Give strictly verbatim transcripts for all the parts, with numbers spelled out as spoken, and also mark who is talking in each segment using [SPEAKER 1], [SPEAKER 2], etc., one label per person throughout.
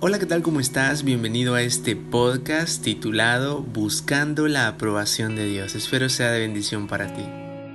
[SPEAKER 1] Hola, ¿qué tal? ¿Cómo estás? Bienvenido a este podcast titulado Buscando la aprobación de Dios. Espero sea de bendición para ti.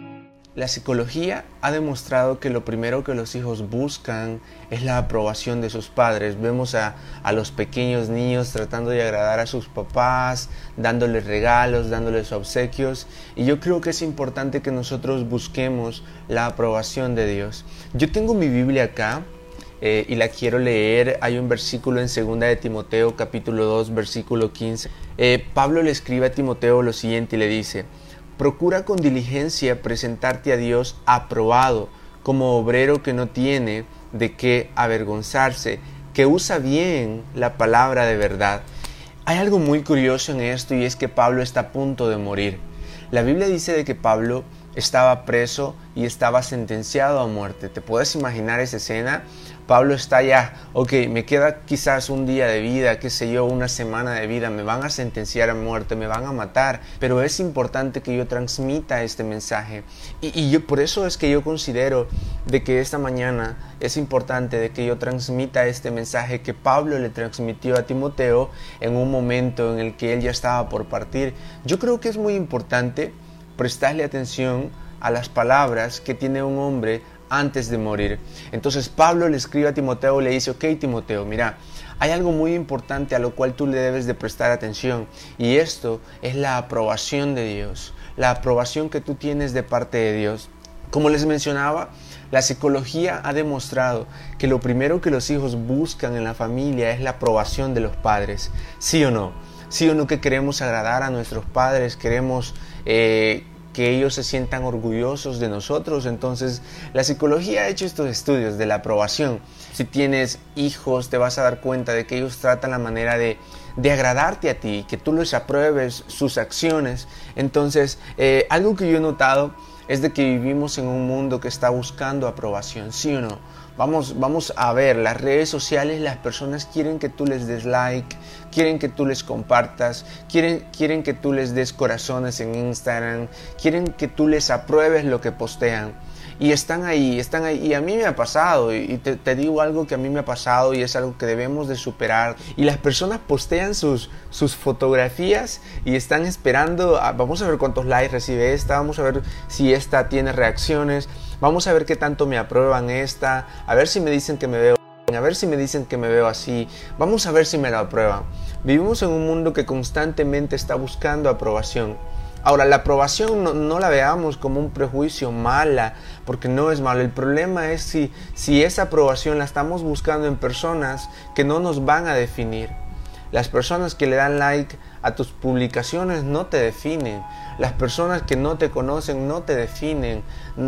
[SPEAKER 1] La psicología ha demostrado que lo primero que los hijos buscan es la aprobación de sus padres. Vemos a, a los pequeños niños tratando de agradar a sus papás, dándoles regalos, dándoles obsequios. Y yo creo que es importante que nosotros busquemos la aprobación de Dios. Yo tengo mi Biblia acá. Eh, y la quiero leer. Hay un versículo en segunda de Timoteo capítulo dos versículo quince. Eh, Pablo le escribe a Timoteo lo siguiente y le dice: procura con diligencia presentarte a Dios aprobado, como obrero que no tiene de qué avergonzarse, que usa bien la palabra de verdad. Hay algo muy curioso en esto, y es que Pablo está a punto de morir. La Biblia dice de que Pablo estaba preso y estaba sentenciado a muerte. ¿Te puedes imaginar esa escena? Pablo está ya, ok, me queda quizás un día de vida, qué sé yo, una semana de vida, me van a sentenciar a muerte, me van a matar, pero es importante que yo transmita este mensaje. Y, y yo, por eso es que yo considero de que esta mañana es importante de que yo transmita este mensaje que Pablo le transmitió a Timoteo en un momento en el que él ya estaba por partir. Yo creo que es muy importante prestarle atención a las palabras que tiene un hombre antes de morir. Entonces Pablo le escribe a Timoteo y le dice: ok, Timoteo, mira, hay algo muy importante a lo cual tú le debes de prestar atención, y esto es la aprobación de Dios, la aprobación que tú tienes de parte de Dios. Como les mencionaba, la psicología ha demostrado que lo primero que los hijos buscan en la familia es la aprobación de los padres. ¿Sí o no? ¿Sí o no que queremos agradar a nuestros padres? Queremos eh, que ellos se sientan orgullosos de nosotros. Entonces la psicología ha hecho estos estudios de la aprobación. Si tienes hijos, te vas a dar cuenta de que ellos tratan la manera de, de agradarte a ti, que tú les apruebes sus acciones. Entonces eh, algo que yo he notado es de que vivimos en un mundo que está buscando aprobación, ¿sí o no? Vamos, vamos a ver, las redes sociales, las personas quieren que tú les des like, quieren que tú les compartas, quieren, quieren que tú les des corazones en Instagram, quieren que tú les apruebes lo que postean. Y están ahí, están ahí, y a mí me ha pasado, y te, te digo algo que a mí me ha pasado y es algo que debemos de superar. Y las personas postean sus, sus fotografías y están esperando, a, vamos a ver cuántos likes recibe esta, vamos a ver si esta tiene reacciones, vamos a ver qué tanto me aprueban esta, a ver si me dicen que me veo, a ver si me dicen que me veo así, vamos a ver si me la aprueban. Vivimos en un mundo que constantemente está buscando aprobación. Ahora, la aprobación no, no la veamos como un prejuicio mala, porque no es malo. El problema es si, si esa aprobación la estamos buscando en personas que no nos van a definir. Las personas que le dan like a tus publicaciones no te definen. Las personas que no te conocen no te definen,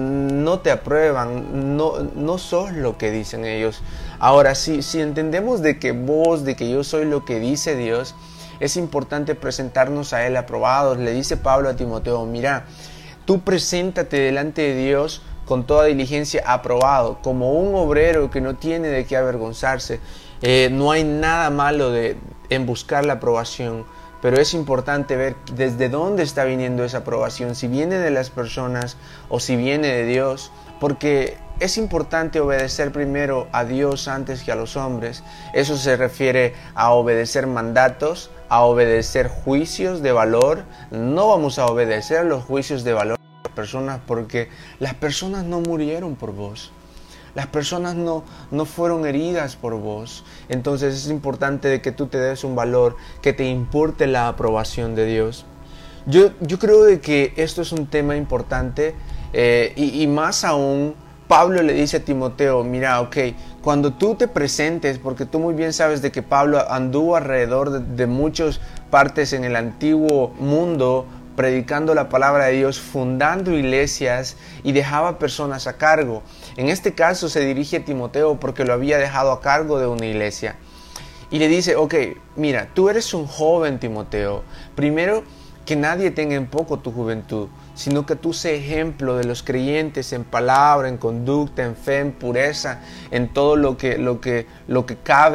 [SPEAKER 1] no te aprueban, no, no sos lo que dicen ellos. Ahora, si, si entendemos de que vos, de que yo soy lo que dice Dios, es importante presentarnos a Él aprobados. Le dice Pablo a Timoteo: mira, tú preséntate delante de Dios con toda diligencia aprobado, como un obrero que no tiene de qué avergonzarse. Eh, no hay nada malo de, en buscar la aprobación, pero es importante ver desde dónde está viniendo esa aprobación, si viene de las personas o si viene de Dios, porque es importante obedecer primero a Dios antes que a los hombres. Eso se refiere a obedecer mandatos, a obedecer juicios de valor. No vamos a obedecer los juicios de valor de las personas, porque las personas no murieron por vos. Las personas no, no fueron heridas por vos. Entonces es importante de que tú te des un valor, que te importe la aprobación de Dios. Yo, yo creo de que esto es un tema importante, eh, y, y más aún Pablo le dice a Timoteo: mira, ok, cuando tú te presentes, porque tú muy bien sabes de que Pablo anduvo alrededor de, de muchas partes en el antiguo mundo, predicando la palabra de Dios, fundando iglesias, y dejaba personas a cargo. En este caso se dirige a Timoteo porque lo había dejado a cargo de una iglesia. Y le dice: ok, mira, tú eres un joven, Timoteo. Primero, que nadie tenga en poco tu juventud, sino que tú sé ejemplo de los creyentes en palabra, en conducta, en fe, en pureza, en todo lo que, lo que, lo que cabe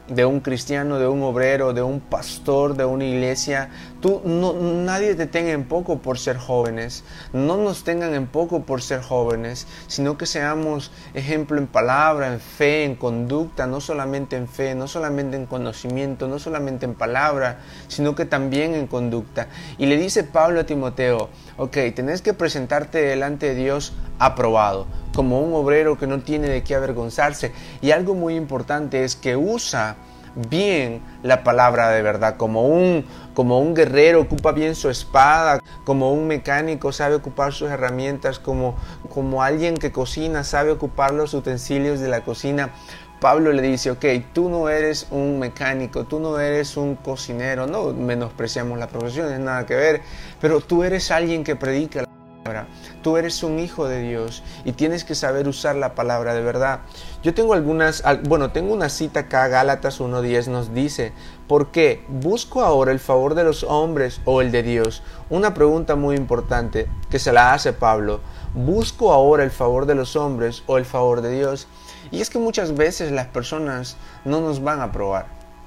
[SPEAKER 1] de un cristiano, de un obrero, de un pastor, de una iglesia. Tú, no, nadie te tenga en poco por ser jóvenes. No nos tengan en poco por ser jóvenes, sino que seamos ejemplo en palabra, en fe, en conducta, no solamente en fe, no solamente en conocimiento, no solamente en palabra, sino que también en conducta. Y le dice Pablo a Timoteo, ok, tenés que presentarte delante de Dios aprobado, como un obrero que no tiene de qué avergonzarse. Y algo muy importante es que usa bien la palabra de verdad, como un, como un guerrero ocupa bien su espada, como un mecánico sabe ocupar sus herramientas, como, como alguien que cocina sabe ocupar los utensilios de la cocina. Pablo le dice, ok, tú no eres un mecánico, tú no eres un cocinero, no menospreciamos la profesión, es nada que ver, pero tú eres alguien que predica la palabra, tú eres un hijo de Dios y tienes que saber usar la palabra de verdad. Yo tengo algunas, bueno, tengo una cita acá, Gálatas uno diez nos dice, ¿por qué? ¿Busco ahora el favor de los hombres o el de Dios? Una pregunta muy importante que se la hace Pablo, ¿busco ahora el favor de los hombres o el favor de Dios? Y es que muchas veces las personas no nos van a aprobar.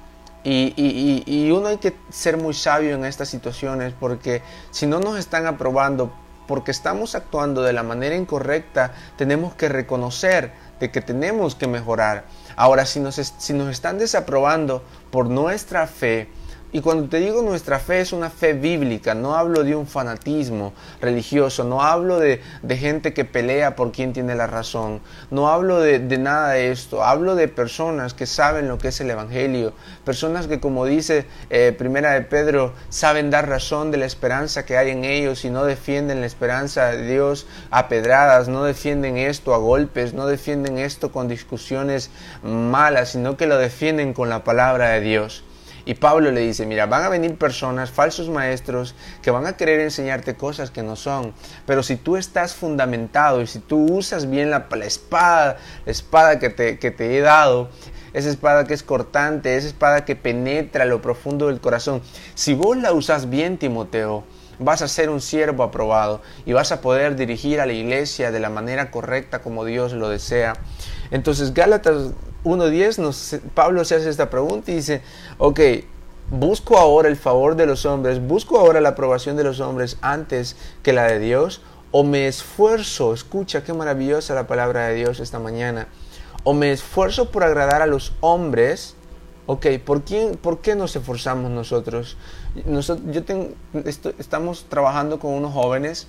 [SPEAKER 1] Y, y, y uno hay que ser muy sabio en estas situaciones, porque si no nos están aprobando porque estamos actuando de la manera incorrecta, tenemos que reconocer de que tenemos que mejorar. Ahora, si nos, si nos están desaprobando por nuestra fe, y cuando te digo nuestra fe es una fe bíblica, no hablo de un fanatismo religioso, no hablo de, de gente que pelea por quién tiene la razón, no hablo de, de nada de esto, hablo de personas que saben lo que es el Evangelio, personas que, como dice eh, Primera de Pedro, saben dar razón de la esperanza que hay en ellos y no defienden la esperanza de Dios a pedradas, no defienden esto a golpes, no defienden esto con discusiones malas, sino que lo defienden con la palabra de Dios. Y Pablo le dice, mira, van a venir personas, falsos maestros, que van a querer enseñarte cosas que no son. Pero si tú estás fundamentado y si tú usas bien la, la espada, la espada que te, que te he dado, esa espada que es cortante, esa espada que penetra lo profundo del corazón, si vos la usas bien, Timoteo, vas a ser un siervo aprobado y vas a poder dirigir a la iglesia de la manera correcta como Dios lo desea. Entonces, Gálatas uno diez, Pablo se hace esta pregunta y dice, ok, busco ahora el favor de los hombres, busco ahora la aprobación de los hombres antes que la de Dios, o me esfuerzo, escucha qué maravillosa la palabra de Dios esta mañana, o me esfuerzo por agradar a los hombres. Ok, ¿por qué, ¿por qué nos esforzamos nosotros? Nosotros yo tengo, estoy, estamos trabajando con unos jóvenes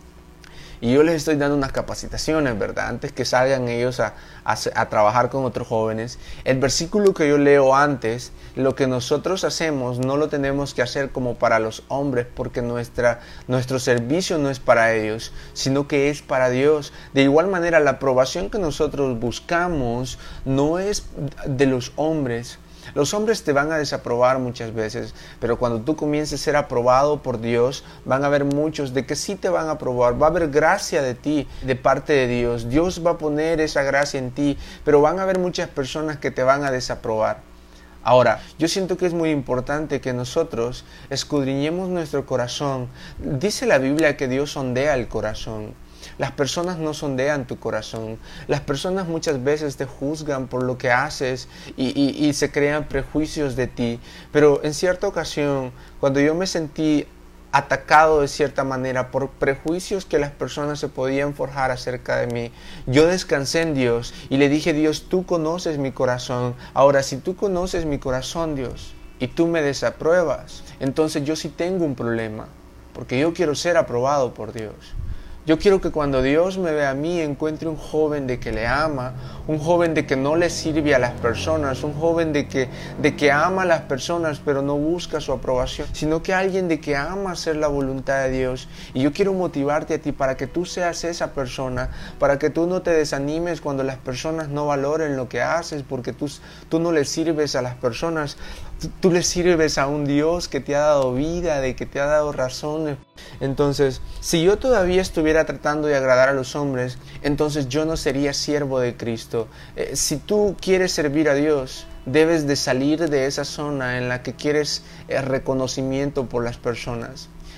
[SPEAKER 1] y yo les estoy dando unas capacitaciones, ¿verdad? Antes que salgan ellos a, a, a trabajar con otros jóvenes. El versículo que yo leo antes, lo que nosotros hacemos no lo tenemos que hacer como para los hombres, porque nuestra, nuestro servicio no es para ellos, sino que es para Dios. De igual manera, la aprobación que nosotros buscamos no es de los hombres. Los hombres te van a desaprobar muchas veces, pero cuando tú comiences a ser aprobado por Dios, van a haber muchos de que sí te van a aprobar, va a haber gracia de ti, de parte de Dios. Dios va a poner esa gracia en ti, pero van a haber muchas personas que te van a desaprobar. Ahora, yo siento que es muy importante que nosotros escudriñemos nuestro corazón. Dice la Biblia que Dios sondea el corazón. Las personas no sondean tu corazón. Las personas muchas veces te juzgan por lo que haces y, y, y se crean prejuicios de ti. Pero en cierta ocasión, cuando yo me sentí atacado de cierta manera por prejuicios que las personas se podían forjar acerca de mí, yo descansé en Dios y le dije, Dios, tú conoces mi corazón. Ahora, si tú conoces mi corazón, Dios, y tú me desapruebas, entonces yo sí tengo un problema, porque yo quiero ser aprobado por Dios. Yo quiero que cuando Dios me vea a mí encuentre un joven de que le ama, un joven de que no le sirve a las personas, un joven de que, de que ama a las personas pero no busca su aprobación, sino que alguien de que ama hacer la voluntad de Dios. Y yo quiero motivarte a ti para que tú seas esa persona, para que tú no te desanimes cuando las personas no valoren lo que haces, porque tú, tú no le sirves a las personas, tú, tú le sirves a un Dios que te ha dado vida, de que te ha dado razones. Entonces, si yo todavía estuviera tratando de agradar a los hombres, entonces yo no sería siervo de Cristo. Eh, si tú quieres servir a Dios, debes de salir de esa zona en la que quieres eh, reconocimiento por las personas.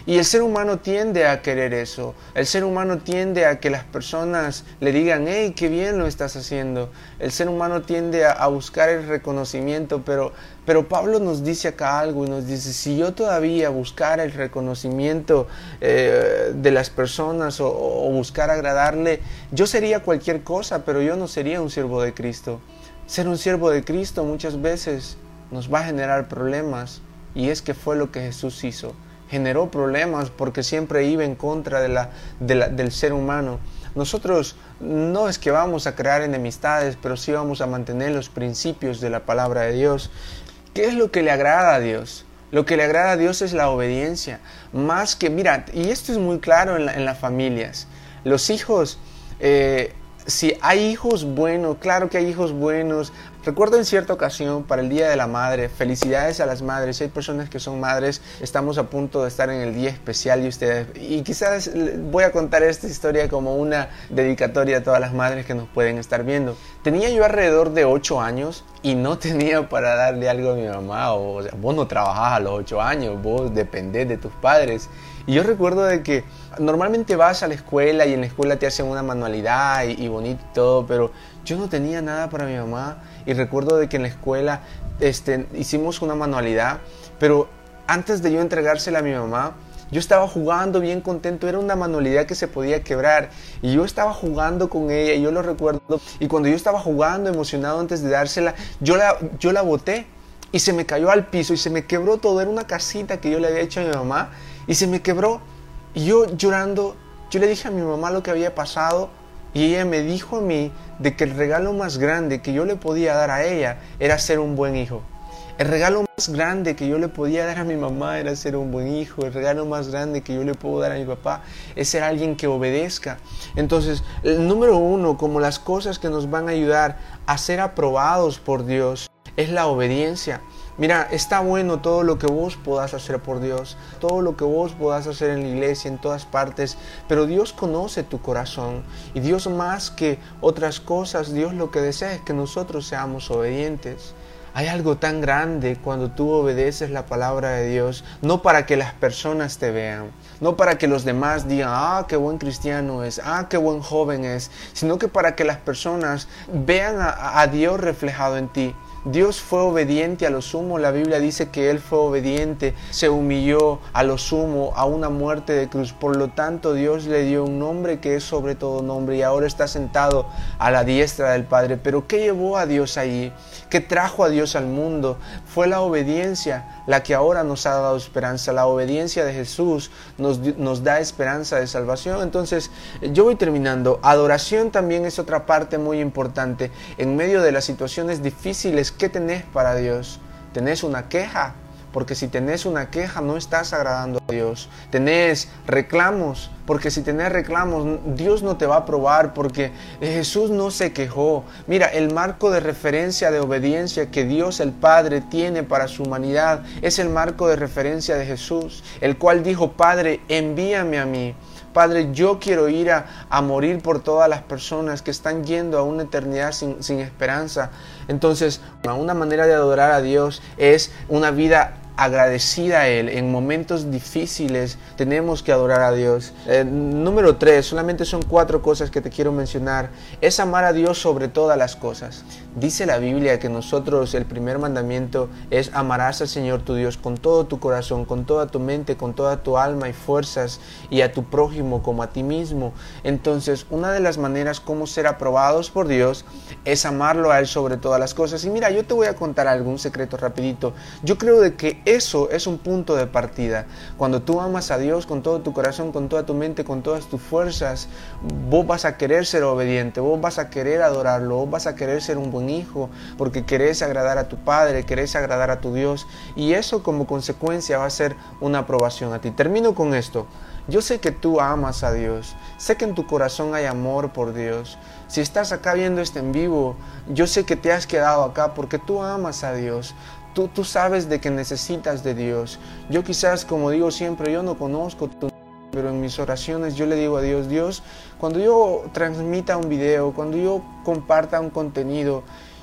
[SPEAKER 1] Y el ser humano tiende a querer eso. El ser humano tiende a que las personas le digan, hey, qué bien lo estás haciendo. El ser humano tiende a, a buscar el reconocimiento, pero, pero Pablo nos dice acá algo y nos dice, si yo todavía buscara el reconocimiento eh, de las personas o, o buscar agradarle, yo sería cualquier cosa, pero yo no sería un siervo de Cristo. Ser un siervo de Cristo muchas veces nos va a generar problemas, y es que fue lo que Jesús hizo. Generó problemas porque siempre iba en contra de la, de la, del ser humano. Nosotros no es que vamos a crear enemistades, pero sí vamos a mantener los principios de la palabra de Dios. ¿Qué es lo que le agrada a Dios? Lo que le agrada a Dios es la obediencia. Más que, mira, y esto es muy claro en, la, en las familias. Los hijos, eh, si hay hijos buenos, claro que hay hijos buenos. Recuerdo en cierta ocasión para el Día de la Madre, felicidades a las madres. Hay personas que son madres, estamos a punto de estar en el día especial y ustedes, y quizás voy a contar esta historia como una dedicatoria a todas las madres que nos pueden estar viendo. Tenía yo alrededor de ocho años y no tenía para darle algo a mi mamá. O, o sea, vos no trabajás a los ocho años, vos dependés de tus padres. Y yo recuerdo de que normalmente vas a la escuela y en la escuela te hacen una manualidad y, y bonito y todo, pero yo no tenía nada para mi mamá. Y recuerdo de que en la escuela este, hicimos una manualidad, pero antes de yo entregársela a mi mamá, yo estaba jugando bien contento. Era una manualidad que se podía quebrar y yo estaba jugando con ella y yo lo recuerdo. Y cuando yo estaba jugando emocionado antes de dársela, yo la, yo la boté y se me cayó al piso y se me quebró todo. Era una casita que yo le había hecho a mi mamá y se me quebró. Y yo llorando, yo le dije a mi mamá lo que había pasado. Y ella me dijo a mí de que el regalo más grande que yo le podía dar a ella era ser un buen hijo. El regalo más grande que yo le podía dar a mi mamá era ser un buen hijo. El regalo más grande que yo le puedo dar a mi papá es ser alguien que obedezca. Entonces, el número uno, como las cosas que nos van a ayudar a ser aprobados por Dios, es la obediencia. Mira, está bueno todo lo que vos podás hacer por Dios, todo lo que vos podás hacer en la iglesia, en todas partes, pero Dios conoce tu corazón y Dios más que otras cosas, Dios lo que desea es que nosotros seamos obedientes. Hay algo tan grande cuando tú obedeces la palabra de Dios, no para que las personas te vean, no para que los demás digan, ah, qué buen cristiano es, ah, qué buen joven es, sino que para que las personas vean a, a Dios reflejado en ti. Dios fue obediente a lo sumo. La Biblia dice que Él fue obediente, se humilló a lo sumo, a una muerte de cruz. Por lo tanto, Dios le dio un nombre que es sobre todo nombre y ahora está sentado a la diestra del Padre. Pero ¿qué llevó a Dios allí? ¿Qué trajo a Dios al mundo? Fue la obediencia la que ahora nos ha dado esperanza. La obediencia de Jesús nos, nos da esperanza de salvación. Entonces, yo voy terminando. Adoración también es otra parte muy importante. En medio de las situaciones difíciles, ¿qué tenés para Dios? ¿Tenés una queja? Porque si tenés una queja no estás agradando a Dios. Tenés reclamos, porque si tenés reclamos Dios no te va a aprobar, porque Jesús no se quejó. Mira, el marco de referencia de obediencia que Dios el Padre tiene para su humanidad es el marco de referencia de Jesús, el cual dijo, Padre, envíame a mí. Padre, yo quiero ir a, a morir por todas las personas que están yendo a una eternidad sin, sin esperanza. Entonces, una manera de adorar a Dios es una vida agradecida a Él. En momentos difíciles tenemos que adorar a Dios. Eh, número tres, solamente son cuatro cosas que te quiero mencionar. Es amar a Dios sobre todas las cosas. Dice la Biblia que nosotros, el primer mandamiento es amarás al Señor tu Dios con todo tu corazón, con toda tu mente, con toda tu alma y fuerzas, y a tu prójimo como a ti mismo. Entonces, una de las maneras como ser aprobados por Dios es amarlo a Él sobre todas las cosas. Y mira, yo te voy a contar algún secreto rapidito. Yo creo de que eso es un punto de partida. Cuando tú amas a Dios con todo tu corazón, con toda tu mente, con todas tus fuerzas, vos vas a querer ser obediente, vos vas a querer adorarlo, vos vas a querer ser un buen hijo, porque querés agradar a tu Padre, querés agradar a tu Dios, y eso como consecuencia va a ser una aprobación a ti. Termino con esto. Yo sé que tú amas a Dios, sé que en tu corazón hay amor por Dios. Si estás acá viendo esto en vivo, yo sé que te has quedado acá porque tú amas a Dios. Tú, tú sabes de que necesitas de Dios. Yo quizás, como digo siempre, yo no conozco tu, pero en mis oraciones yo le digo a Dios, Dios, cuando yo transmita un video, cuando yo comparta un contenido,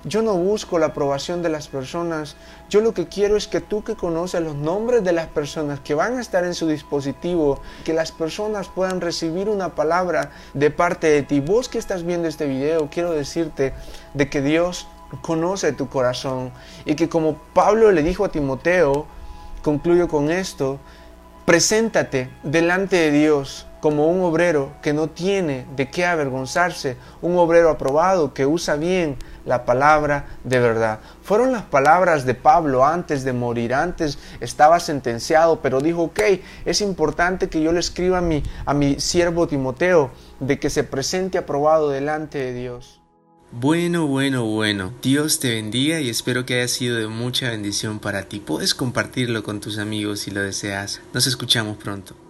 [SPEAKER 1] yo no busco la aprobación de las personas. Yo lo que quiero es que tú, que conoces los nombres de las personas que van a estar en su dispositivo, que las personas puedan recibir una palabra de parte de ti. Vos que estás viendo este video, quiero decirte de que Dios conoce tu corazón y que, como Pablo le dijo a Timoteo, concluyo con esto: preséntate delante de Dios como un obrero que no tiene de qué avergonzarse, un obrero aprobado que usa bien la palabra de verdad. Fueron las palabras de Pablo antes de morir. Antes estaba sentenciado, pero dijo: ok, es importante que yo le escriba a mi, a mi siervo Timoteo de que se presente aprobado delante de Dios.
[SPEAKER 2] Bueno, bueno, bueno. Dios te bendiga y espero que haya sido de mucha bendición para ti. Puedes compartirlo con tus amigos si lo deseas. Nos escuchamos pronto.